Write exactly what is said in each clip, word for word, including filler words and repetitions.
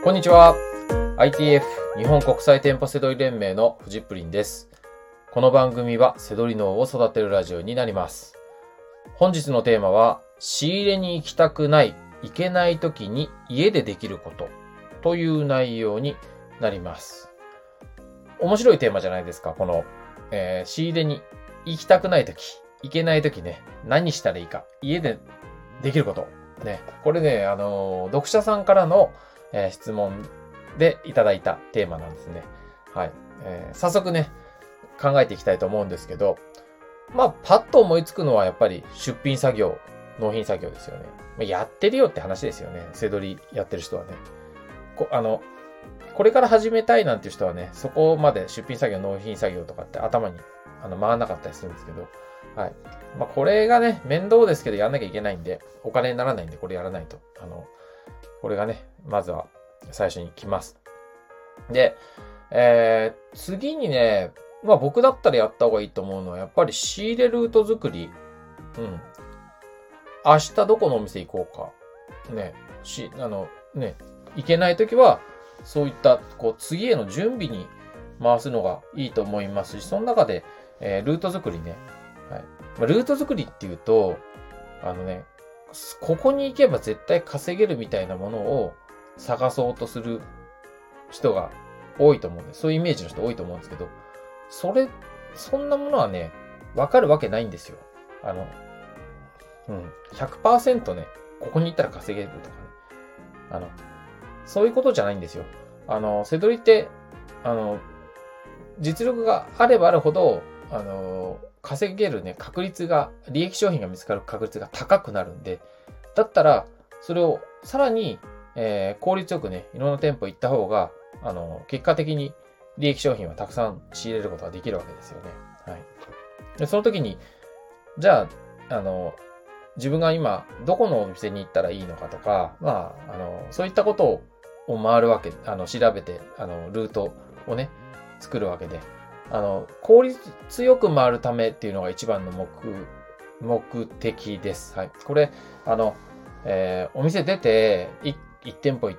こんにちは。アイティーエフ 日本国際店舗セドリ連盟のフジップリンです。この番組はセドリ脳を育てるラジオになります。本日のテーマは、仕入れに行きたくない、行けない時に家でできることという内容になります。面白いテーマじゃないですか。この、えー、仕入れに行きたくない時、行けない時ね、何したらいいか、家でできること。ね、これね、あのー、読者さんからの、えー、質問でいただいたテーマなんですね。はい。えー、早速ね、考えていきたいと思うんですけど、まあ、パッと思いつくのはやっぱり出品作業、納品作業ですよね。やってるよって話ですよね。セドリやってる人はね。こ、あの、これから始めたいなんていう人はね、そこまで出品作業、納品作業とかって頭にあの回らなかったりするんですけど、はい。まあ、これがね、面倒ですけどやんなきゃいけないんで、お金にならないんでこれやらないと。あの、これがね、まずは最初に来ます。で、えー、次にね、まあ僕だったらやった方がいいと思うのは、やっぱり仕入れルート作り。うん。明日どこのお店行こうか。ね。し、あの、ね、行けないときは、そういった、こう、次への準備に回すのがいいと思いますし、その中で、えー、ルート作りね。はい。まあ、ルート作りっていうと、あのね、ここに行けば絶対稼げるみたいなものを探そうとする人が多いと思うんです。そういうイメージの人多いと思うんですけど、それ、そんなものはね、わかるわけないんですよ。あの、うん、ひゃくパーセント ね、ここに行ったら稼げるとかね。あの、そういうことじゃないんですよ。あの、セドリって、あの、実力があればあるほど、あの、稼げるね、確率が、利益商品が見つかる確率が高くなるんで、だったら、それをさらに、えー、効率よくね、いろんな店舗行った方が、あの、結果的に利益商品はたくさん仕入れることができるわけですよね。はい。で、その時に、じゃあ、あの、自分が今、どこのお店に行ったらいいのかとか、まあ、あの、そういったことを回るわけ、あの、調べて、あの、ルートをね、作るわけで、あの、効率よく回るためっていうのが一番の目、目的です。はい。これ、あの、えー、お店出て、い一店舗行って、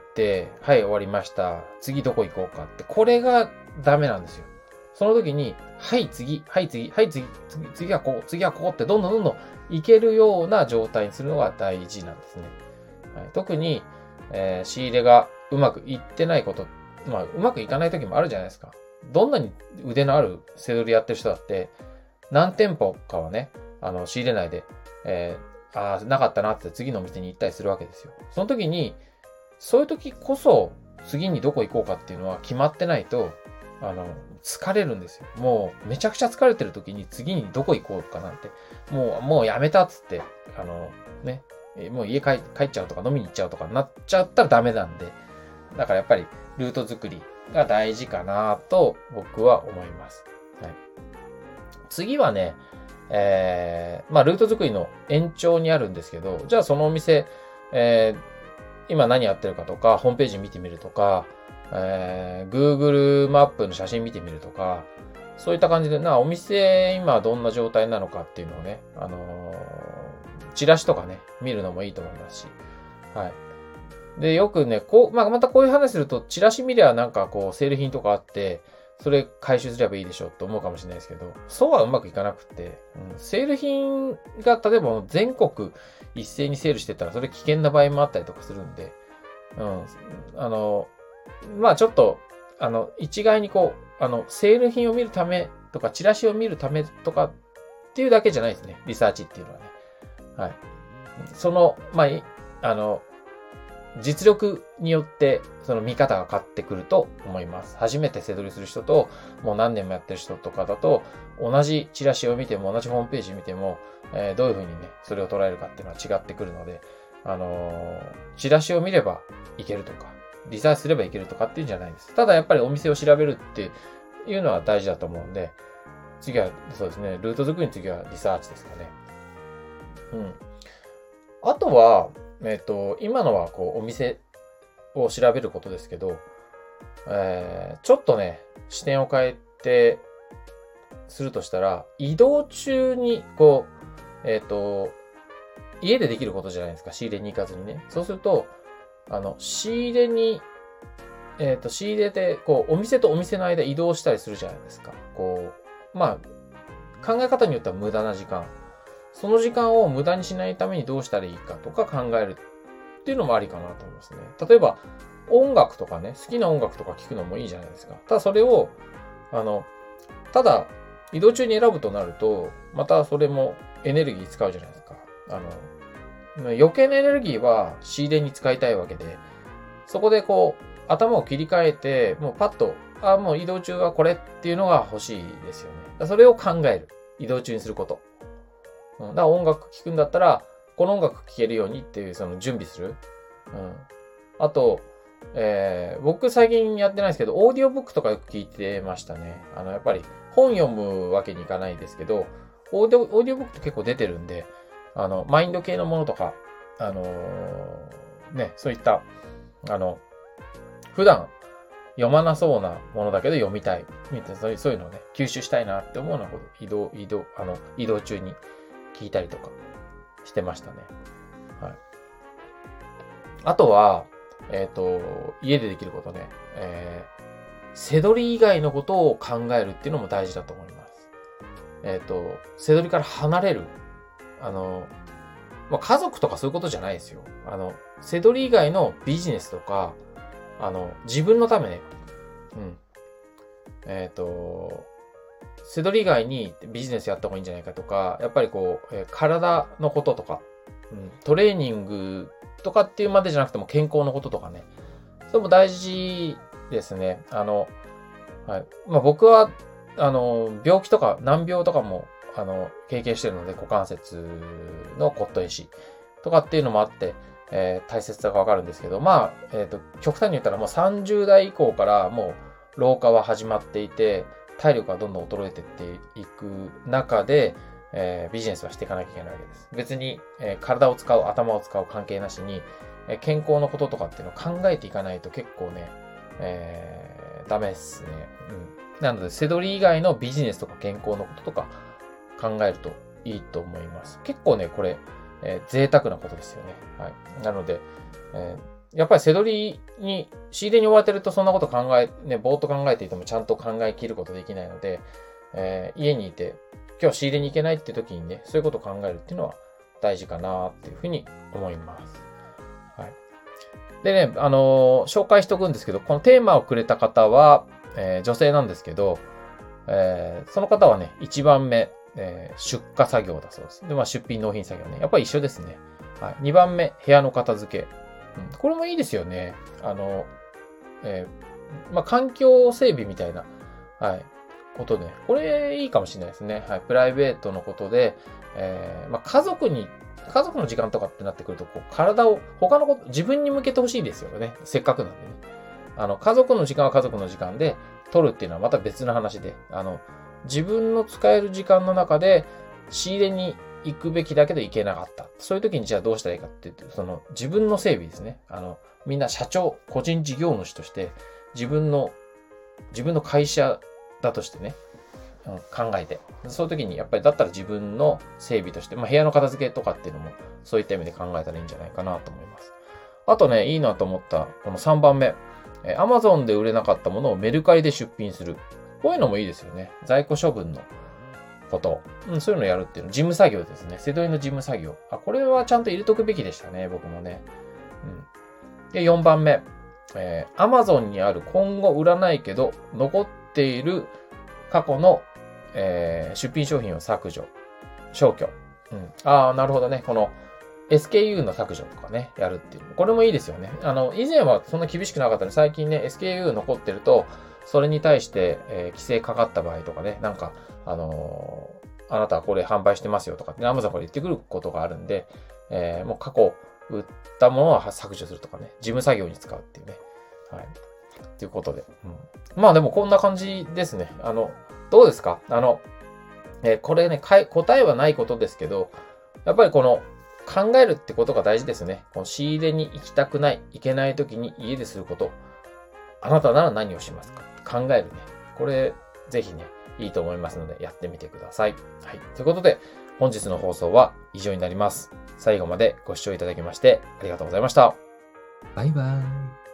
はい、終わりました。次どこ行こうかって、これがダメなんですよ。その時に、はい、次、はい、次、はい、次、次、次はここ、次はここって、どんどんどんどん行けるような状態にするのが大事なんですね。はい、特に、えー、仕入れがうまくいってないこと、まあ、うまくいかない時もあるじゃないですか。どんなに腕のあるセドリやってる人だって、何店舗かはね、あの、仕入れないで、えー、ああ、なかったなって次のお店に行ったりするわけですよ。その時に、そういう時こそ、次にどこ行こうかっていうのは決まってないと、あの、疲れるんですよ。もう、めちゃくちゃ疲れてる時に次にどこ行こうかなんて、もう、もうやめたっつって、あの、ね、もう家帰帰っちゃうとか飲みに行っちゃうとかなっちゃったらダメなんで、だからやっぱりルート作りが大事かなと僕は思います。はい。次はね、えー、まあルート作りの延長にあるんですけど、じゃあそのお店、えー、今何やってるかとか、ホームページ見てみるとか、えー、Google マップの写真見てみるとか、そういった感じで、な、お店今どんな状態なのかっていうのをね、あのー、チラシとかね、見るのもいいと思いますし、はい。で、よくね、こう、まあ、またこういう話すると、チラシ見りゃなんかこう、セール品とかあって、それ回収すればいいでしょって思うかもしれないですけど、そうはうまくいかなくて、うん、セール品が例えば全国一斉にセールしてたら、それ危険な場合もあったりとかするんで、うん、あの、まあちょっと、あの、一概にこう、あの、セール品を見るためとか、チラシを見るためとかっていうだけじゃないですね。リサーチっていうのはね。はい。その、まあ、あの、実力によって、その見方が変わってくると思います。初めて背取りする人と、もう何年もやってる人とかだと、同じチラシを見ても、同じホームページ見ても、えー、どういうふうにね、それを捉えるかっていうのは違ってくるので、あのー、チラシを見ればいけるとか、リサーチすればいけるとかっていうんじゃないです。ただやっぱりお店を調べるっていうのは大事だと思うんで、次は、そうですね、ルート作りの次はリサーチですかね。うん。あとは、えっと、今のはこう、お店を調べることですけど、えー、ちょっとね、視点を変えて、するとしたら、移動中に、こう、えっと、家でできることじゃないですか。仕入れに行かずにね。そうすると、あの、仕入れにえっと、仕入れて、こう、お店とお店の間移動したりするじゃないですか。こう、まあ、考え方によっては無駄な時間。その時間を無駄にしないためにどうしたらいいかとか考えるっていうのもありかなと思いますね。例えば、音楽とかね、好きな音楽とか聴くのもいいじゃないですか。ただそれを、あの、ただ、移動中に選ぶとなると、またそれもエネルギー使うじゃないですか。あの、余計なエネルギーは仕入れに使いたいわけで、そこでこう、頭を切り替えて、もうパッと、あ、もう移動中はこれっていうのが欲しいですよね。それを考える。移動中にすること。うん、だから音楽聴くんだったら、この音楽聴けるようにっていうその準備する。うん。あと、えー、僕最近やってないですけど、オーディオブックとかよく聞いてましたね。あの、やっぱり本読むわけにいかないですけど、オーディオ、オーディオブックって結構出てるんで、あの、マインド系のものとか、あのー、ね、そういった、あの、普段読まなそうなものだけど読みたい。みたいな、そういう、そういうのをね、吸収したいなって思うようなこと、移動、移動、あの、移動中に聞いたりとかしてましたね。はい。あとは、えっと、家でできることね、えー、背取り以外のことを考えるっていうのも大事だと思います。えっと、背取りから離れる。あの、まあ、家族とかそういうことじゃないですよ。あの、背取り以外のビジネスとか、あの、自分のためね、うん。えっと、背取り以外にビジネスやった方がいいんじゃないかとか、やっぱりこう、えー、体のこととか、うん、トレーニングとかっていうまでじゃなくても健康のこととかね。それも大事ですね。あの、はい。まあ僕は、あの、病気とか難病とかも、あの、経験してるので、股関節の骨董壊死とかっていうのもあって、えー、大切さがわかるんですけど、まあ、えっと、極端に言ったらもうさんじゅう代以降からもう老化は始まっていて、体力がどんどん衰えてっていく中で、えー、ビジネスはしていかなきゃいけないわけです。別に、えー、体を使う、頭を使う関係なしに、えー、健康のこととかっていうのを考えていかないと結構ね、えー、ダメですね。うん。なので、背取り以外のビジネスとか健康のこととか考えるといいと思います。結構ね、これ、えー、贅沢なことですよね。はい。なので、えー、やっぱり背取りに、仕入れに追われてるとそんなこと考え、ね、ぼーっと考えていてもちゃんと考え切ることできないので、えー、家にいて、今日仕入れに行けないって時にね、そういうことを考えるっていうのは大事かなっていうふうに思います。はい。でね、あのー、紹介しておくんですけど、このテーマをくれた方は、えー、女性なんですけど、えー、その方はね、いちばんめ、えー、出荷作業だそうです。で、まあ、出品納品作業ね。やっぱり一緒ですね。はい。にばんめ、部屋の片付け。うん、これもいいですよね。あの、えー、まあ、環境整備みたいな、はい、ことで、これいいかもしれないですね。はい。プライベートのことで、えー、まあ、家族に、家族の時間とかってなってくると、こう、体を、他のこと、自分に向けてほしいですよね。せっかくなんでね。あの、家族の時間は家族の時間で、取るっていうのはまた別の話で、あの、自分の使える時間の中で仕入れに行くべきだけど行けなかった。そういう時にじゃあどうしたらいいかっていうと、その自分の整備ですね。あの、みんな社長、個人事業主として自分の、自分の会社だとしてね、うん、考えて。そういう時にやっぱりだったら自分の整備として、まあ部屋の片付けとかっていうのもそういった意味で考えたらいいんじゃないかなと思います。あとね、いいなと思ったこのさんばんめ。Amazon で売れなかったものをメルカリで出品する。こういうのもいいですよね。在庫処分のこと。うん、そういうのをやるっていうの。事務作業ですね。背取りの事務作業。あ、これはちゃんと入れとくべきでしたね。僕もね。うん。で、よんばんめ。えー、Amazon にある今後売らないけど、残っている過去の、えー、出品商品を削除。消去。うん。ああ、なるほどね。この、エスケーユー の削除とかね、やるっていう。これもいいですよね。あの、以前はそんな厳しくなかったので、最近ね、エスケーユー 残ってると、それに対して、えー、規制かかった場合とかね、なんか、あのー、あなたはこれ販売してますよとかって、ね、Amazon から言ってくることがあるんで、えー、もう過去売ったものは削除するとかね、事務作業に使うっていうね。はい。ということで。うん、まあでもこんな感じですね。あの、どうですか？あの、えー、これね、答えはないことですけど、やっぱりこの、考えるってことが大事ですね。この仕入れに行きたくない、行けない時に家ですること。あなたなら何をしますか？考えるね。これ、ぜひね、いいと思いますので、やってみてください。はい。ということで、本日の放送は以上になります。最後までご視聴いただきまして、ありがとうございました。 バイバイ。